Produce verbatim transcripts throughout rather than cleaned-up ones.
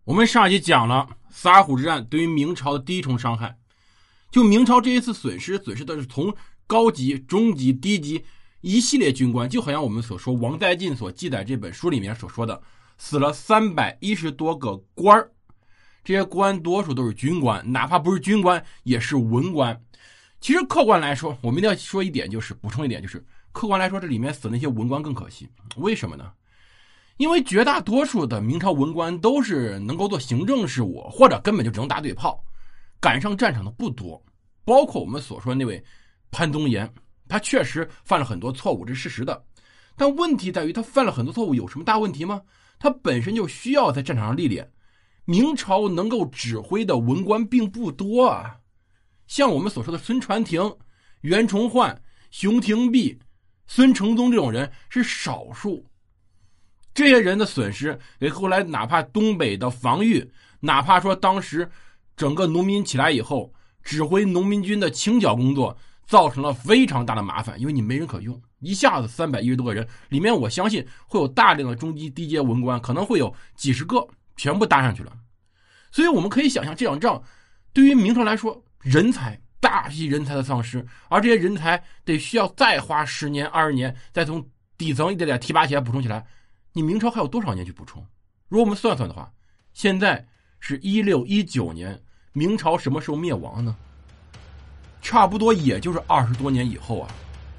我们上一集讲了萨尔浒之战对于明朝的第一重伤害，就明朝这一次损失，损失的是从高级、中级、低级一系列军官，就好像我们所说王在晋所记载这本书里面所说的，死了三百一十多个官儿，这些官多数都是军官，哪怕不是军官也是文官。其实客观来说，我们一定要说一点，就是补充一点，就是客观来说这里面死那些文官更可惜。为什么呢？因为绝大多数的明朝文官都是能够做行政事务，或者根本就只能打嘴炮，赶上战场的不多。包括我们所说的那位潘宗岩，他确实犯了很多错误，这是事实的。但问题在于他犯了很多错误有什么大问题吗？他本身就需要在战场上历练。明朝能够指挥的文官并不多啊，像我们所说的孙传庭、袁崇焕、熊廷弼、孙承宗这种人是少数。这些人的损失给后来哪怕东北的防御，哪怕说当时整个农民起来以后指挥农民军的清剿工作，造成了非常大的麻烦，因为你没人可用，一下子三百一十多个人里面，我相信会有大量的中级低阶文官，可能会有几十个全部搭上去了。所以我们可以想象，这场仗对于明朝来说，人才大批人才的丧失，而这些人才得需要再花十年二十年，再从底层一点点提拔起来补充起来，你明朝还有多少年去补充？如果我们算算的话，现在是一六一九年，明朝什么时候灭亡呢？差不多也就是二十多年以后啊。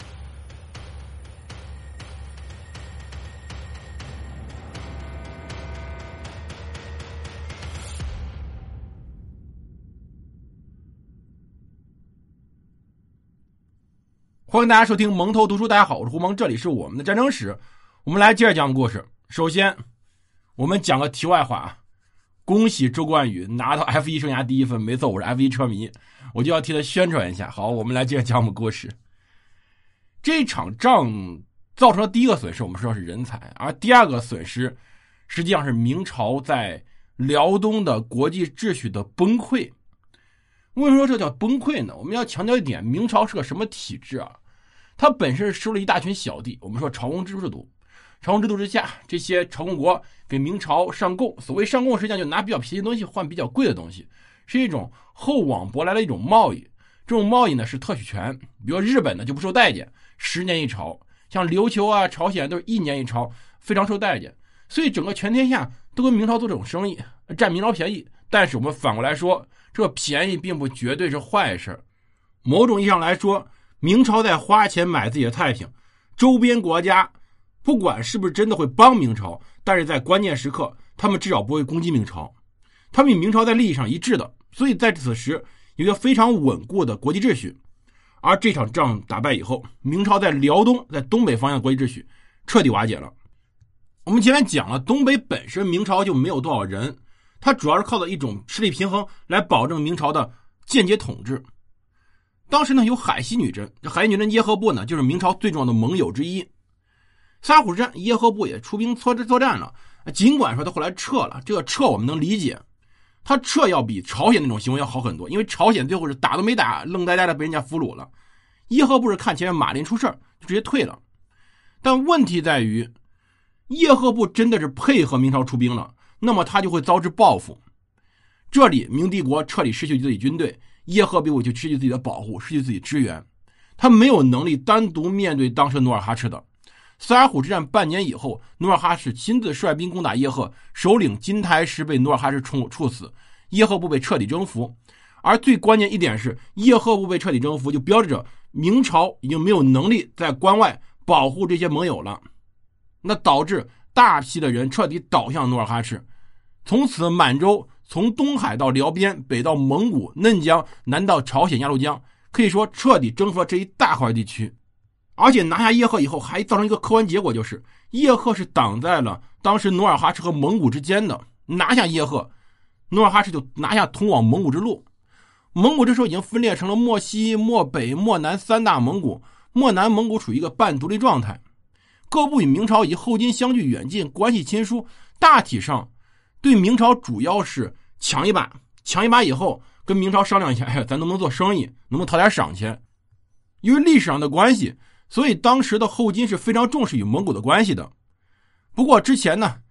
欢迎大家收听蒙头读书，大家好，我是胡蒙，这里是我们的战争史。我们来接着讲故事。首先我们讲个题外话，恭喜周冠宇拿到 F 一 生涯第一分，没错，我是 F 一 车迷，我就要替他宣传一下。好，我们来接着讲我们故事。这场仗造成的第一个损失我们说是人才，而第二个损失实际上是明朝在辽东的国际秩序的崩溃。为什么说这叫崩溃呢？我们要强调一点，明朝是个什么体制啊？它本身是收了一大群小弟，我们说朝贡制度，朝贡制度之下，这些朝贡国给明朝上贡，所谓上贡实际上就拿比较便宜的东西换比较贵的东西，是一种厚往薄来的一种贸易。这种贸易呢是特许权，比如日本呢就不受待见，十年一朝，像琉球啊、朝鲜都是一年一朝，非常受待见。所以整个全天下都跟明朝做这种生意，占明朝便宜。但是我们反过来说，这个便宜并不绝对是坏事。某种意义上来说，明朝在花钱买自己的太平，周边国家不管是不是真的会帮明朝，但是在关键时刻他们至少不会攻击明朝，他们与明朝在利益上一致的，所以在此时有一个非常稳固的国际秩序。而这场仗打败以后，明朝在辽东在东北方向的国际秩序彻底瓦解了。我们前面讲了，东北本身明朝就没有多少人，它主要是靠的一种势力平衡来保证明朝的间接统治。当时呢有海西女真，这海西女真耶赫部呢就是明朝最重要的盟友之一。萨尔浒之战耶赫部也出兵作作战了，尽管说他后来撤了，这个撤我们能理解，他撤要比朝鲜那种行为要好很多，因为朝鲜最后是打都没打，愣呆呆的被人家俘虏了。耶赫部是看前面马林出事就直接退了。但问题在于，叶赫部真的是配合明朝出兵了，那么他就会遭致报复。这里明帝国彻底失去自己军队，叶赫部就失去自己的保护，失去自己支援，他没有能力单独面对当时努尔哈赤的。萨尔浒之战半年以后，努尔哈赤亲自率兵攻打叶赫，首领金台石被努尔哈赤处死，叶赫部被彻底征服。而最关键一点是，叶赫部被彻底征服，就标志着明朝已经没有能力在关外保护这些盟友了，那导致大批的人彻底倒向努尔哈赤。从此满洲从东海到辽边，北到蒙古、嫩江，南到朝鲜鸭绿江，可以说彻底征服了这一大块地区。而且拿下叶赫以后，还造成一个客观结果，就是叶赫是挡在了当时努尔哈赤和蒙古之间的。拿下叶赫，努尔哈赤就拿下通往蒙古之路。蒙古这时候已经分裂成了漠西、漠北、漠南三大蒙古，漠南蒙古处于一个半独立状态，各部与明朝以后金相距远近，关系亲疏，大体上对明朝主要是抢一把，抢一把以后跟明朝商量一下，哎，咱能不能做生意，能不能讨点赏钱。因为历史上的关系，所以当时的后金是非常重视与蒙古的关系的。不过之前呢，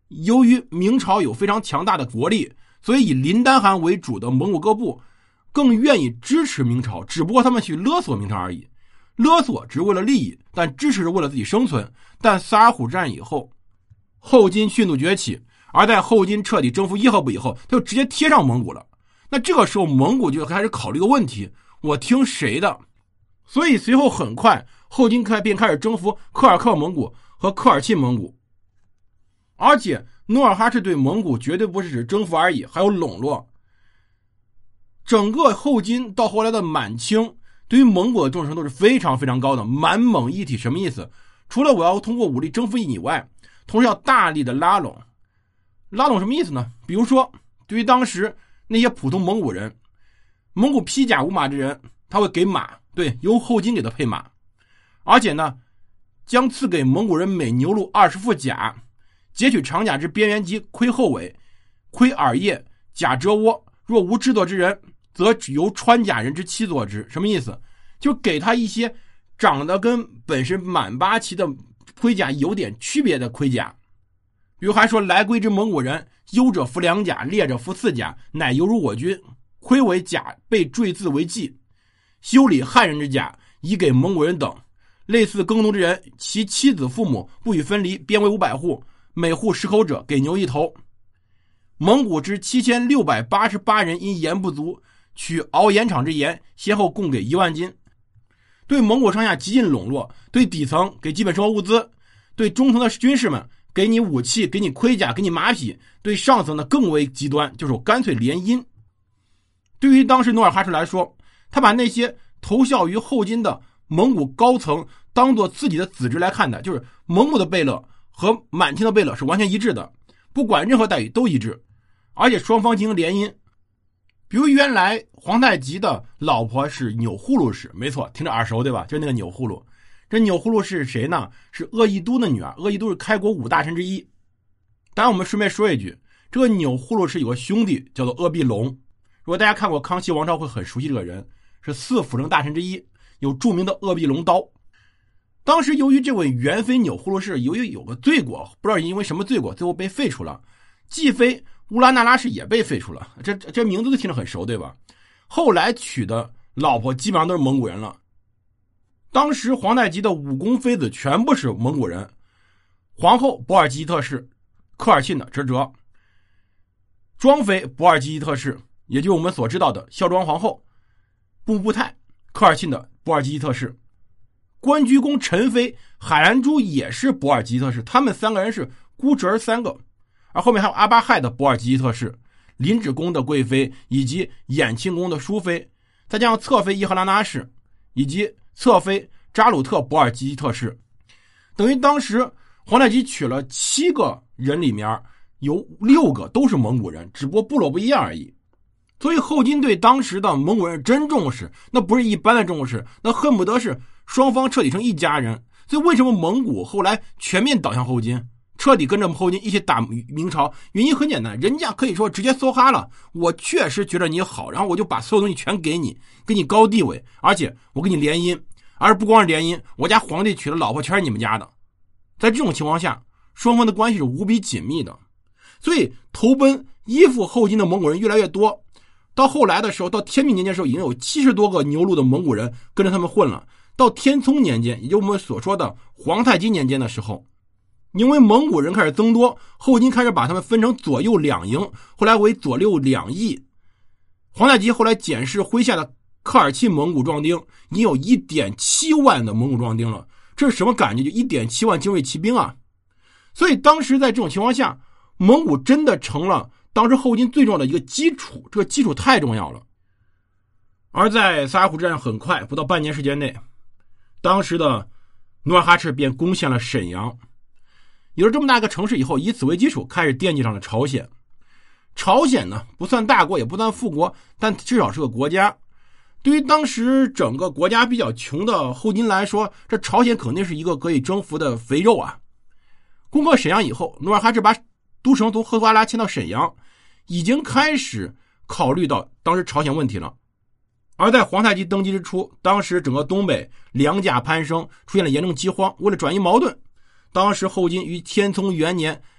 由于明朝有非常强大的国力，所以以林丹汗为主的蒙古各部更愿意支持明朝，只不过他们去勒索明朝而已。勒索只是为了利益，但支持是为了自己生存。但萨尔浒战以后，后金迅速崛起，而在后金彻底征服叶赫部以后，他就直接贴上蒙古了。那这个时候蒙古就开始考虑一个问题，我听谁的？所以随后很快后金便开始征服科尔克蒙古和科尔沁蒙古。而且努尔哈赤对蒙古绝对不是只征服而已，还有笼络。整个后金到后来的满清对于蒙古的重视程度是非常非常高的，满蒙一体什么意思？除了我要通过武力征服你以外，同时要大力的拉拢。拉拢什么意思呢？比如说对于当时那些普通蒙古人，蒙古披甲无马之人，他会给马，对，由后金给他配马。而且呢，将赐给蒙古人每牛鹿二十副甲，截取长甲之边缘及盔后尾、盔耳叶、甲折窝，若无制作之人，则由穿甲人之妻作之。什么意思？就给他一些长得跟本身满八旗的盔甲有点区别的盔甲。比如还说，来归之蒙古人，优者服两甲，劣者服四甲，乃犹如我军。盔为甲，被缀字为记。修理汉人之甲，以给蒙古人等。类似耕农之人，其妻子父母不予分离，编为五百户，每户十口者，给牛一头。蒙古之七千六百八十八人因盐不足，取熬盐场之盐，先后供给一万斤。对蒙古上下极尽笼络，对底层给基本生活物资，对中层的军士们给你武器，给你盔甲，给你马匹，对上层的更为极端，就是我干脆联姻。对于当时努尔哈赤来说，他把那些投效于后金的蒙古高层当做自己的子侄来看待，就是蒙古的贝勒和满清的贝勒是完全一致的，不管任何待遇都一致，而且双方进行联姻。比如原来皇太极的老婆是钮祜禄氏，没错，听着耳熟对吧？就是那个钮祜禄。这钮祜禄是谁呢？是鄂亦都的女儿，鄂亦都是开国五大臣之一。当然我们顺便说一句，这个钮祜禄是有个兄弟叫做鄂必龙，如果大家看过康熙王朝会很熟悉这个人，是四辅政大臣之一，有著名的鄂必龙刀。当时由于这位元妃钮祜禄氏由于有个罪过，不知道因为什么罪过，最后被废除了。继妃乌拉那拉氏也被废除了，这这名字都听着很熟对吧？后来娶的老婆基本上都是蒙古人了。当时皇太极的五宫妃子全部是蒙古人，皇后博尔济吉特氏，科尔沁的哲哲，庄妃博尔济吉特氏，也就是我们所知道的孝庄皇后，布布泰，科尔沁的博尔济吉特氏，关居公陈妃海兰珠也是博尔济吉特氏，他们三个人是孤侄三个。而后面还有阿巴亥的博尔济吉特氏，林止宫的贵妃，以及衍庆宫的淑妃，再加上侧妃伊赫拉那氏，以及侧妃扎鲁特博尔济吉特氏，等于当时皇太极娶了七个人，里面有六个都是蒙古人，只不过部落不一样而已。所以后金对当时的蒙古人真重视，那不是一般的重视，那恨不得是双方彻底成一家人。所以为什么蒙古后来全面倒向后金，彻底跟着后金一起打明朝？原因很简单，人家可以说直接梭哈了，我确实觉得你好，然后我就把所有东西全给你，给你高地位，而且我跟你联姻，而不光是联姻，我家皇帝娶的老婆全是你们家的。在这种情况下，双方的关系是无比紧密的，所以投奔依附后金的蒙古人越来越多。到后来的时候，到天命年间的时候，已经有七十多个牛录的蒙古人跟着他们混了。到天聪年间，也就是我们所说的皇太极年间的时候，因为蒙古人开始增多，后金开始把他们分成左右两营，后来为左右两翼。皇太极后来检视麾下的科尔沁蒙古壮丁，已经有 一点七万的蒙古壮丁了，这是什么感觉？就 一点七万精锐骑兵啊！所以当时在这种情况下，蒙古真的成了当时后金最重要的一个基础，这个基础太重要了。而在萨尔浒之战很快，不到半年时间内，当时的努尔哈赤便攻陷了沈阳。有了这么大一个城市以后，以此为基础，开始惦记上了朝鲜。朝鲜呢，不算大国，也不算富国，但至少是个国家。对于当时整个国家比较穷的后金来说，这朝鲜肯定是一个可以征服的肥肉啊。攻克沈阳以后，努尔哈赤把都城从赫图阿拉迁到沈阳，已经开始考虑到当时朝鲜问题了。而在皇太极登基之初，当时整个东北粮价攀升，出现了严重饥荒。为了转移矛盾，当时后金于天聪元年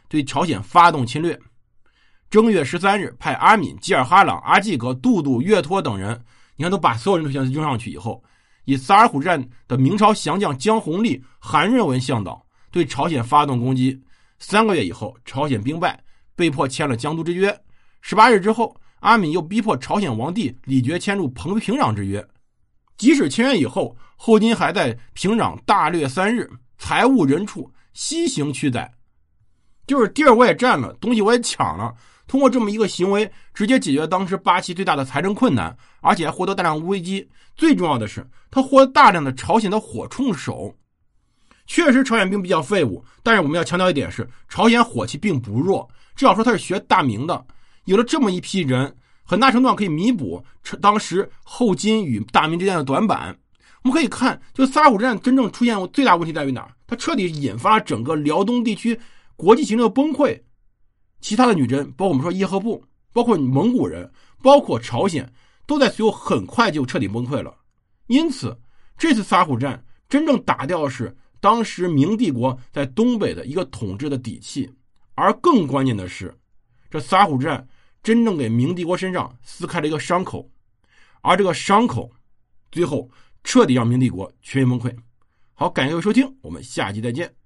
对朝鲜发动侵略。正月十三日，派阿敏、吉尔哈朗、阿济格、杜度、岳托等人，你看都把所有人都先扔上去以后，以萨尔浒战的明朝降将江弘立、韩任为向导，对朝鲜发动攻击。三个月以后，朝鲜兵败，被迫签了江都之约。十八日之后，阿敏又逼迫朝鲜王帝李傕签入平平壤之约。即使签约以后，后金还在平壤大掠三日，财物人畜西行驱宰，就是地儿我也占了，东西我也抢了。通过这么一个行为，直接解决当时八旗最大的财政困难，而且还获得大量危机。最重要的是，他获得大量的朝鲜的火铳手。确实，朝鲜兵比较废物，但是我们要强调一点是，朝鲜火器并不弱。至少说他是学大明的，有了这么一批人，很大程度上可以弥补当时后金与大明之间的短板。我们可以看，就萨尔浒之战真正出现最大问题在于哪儿？它彻底引发了整个辽东地区国际形势的崩溃。其他的女真，包括我们说叶赫部，包括蒙古人，包括朝鲜，都在随后很快就彻底崩溃了。因此，这次萨尔浒战真正打掉的是当时明帝国在东北的一个统治的底气，而更关键的是，这萨尔浒战真正给明帝国身上撕开了一个伤口，而这个伤口最后彻底让明帝国全面崩溃。好，感谢各位收听，我们下期再见。